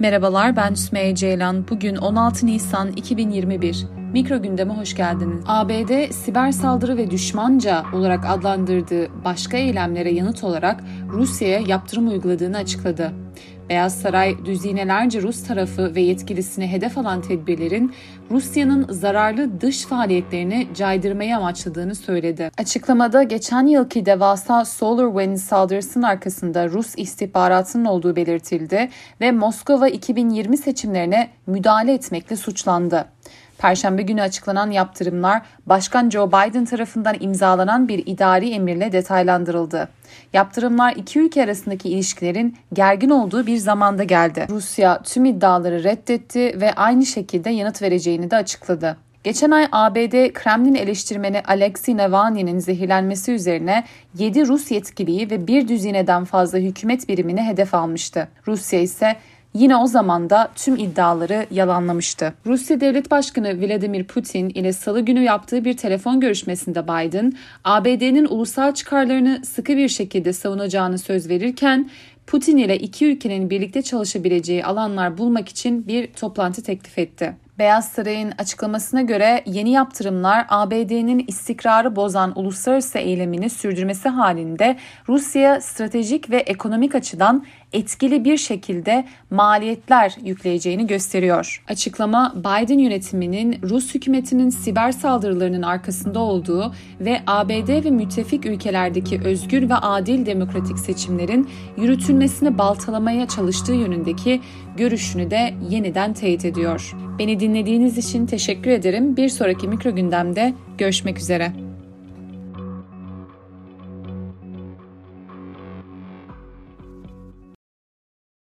Merhabalar, ben Sümeyye Ceylan. Bugün 16 Nisan 2021. Mikro gündeme hoş geldiniz. ABD, siber saldırı ve düşmanca olarak adlandırdığı başka eylemlere yanıt olarak Rusya'ya yaptırım uyguladığını açıkladı. Beyaz Saray, düzinelerce Rus tarafı ve yetkilisini hedef alan tedbirlerin Rusya'nın zararlı dış faaliyetlerini caydırmayı amaçladığını söyledi. Açıklamada geçen yılki devasa SolarWinds saldırısının arkasında Rus istihbaratının olduğu belirtildi ve Moskova 2020 seçimlerine müdahale etmekle suçlandı. Perşembe günü açıklanan yaptırımlar Başkan Joe Biden tarafından imzalanan bir idari emirle detaylandırıldı. Yaptırımlar iki ülke arasındaki ilişkilerin gergin olduğu bir zamanda geldi. Rusya tüm iddiaları reddetti ve aynı şekilde yanıt vereceğini de açıkladı. Geçen ay ABD Kremlin eleştirmeni Alexei Navalny'nin zehirlenmesi üzerine 7 Rus yetkiliyi ve bir düzineden fazla hükümet birimini hedef almıştı. Rusya ise yine o zaman da tüm iddiaları yalanlamıştı. Rusya Devlet Başkanı Vladimir Putin ile Salı günü yaptığı bir telefon görüşmesinde Biden, ABD'nin ulusal çıkarlarını sıkı bir şekilde savunacağını söz verirken, Putin ile iki ülkenin birlikte çalışabileceği alanlar bulmak için bir toplantı teklif etti. Beyaz Saray'ın açıklamasına göre yeni yaptırımlar ABD'nin istikrarı bozan uluslararası eylemini sürdürmesi halinde Rusya'ya stratejik ve ekonomik açıdan etkili bir şekilde maliyetler yükleyeceğini gösteriyor. Açıklama, Biden yönetiminin Rus hükümetinin siber saldırılarının arkasında olduğu ve ABD ve müttefik ülkelerdeki özgür ve adil demokratik seçimlerin yürütülmesini baltalamaya çalıştığı yönündeki görüşünü de yeniden teyit ediyor. Beni dinlediğiniz için teşekkür ederim. Bir sonraki mikro gündemde görüşmek üzere.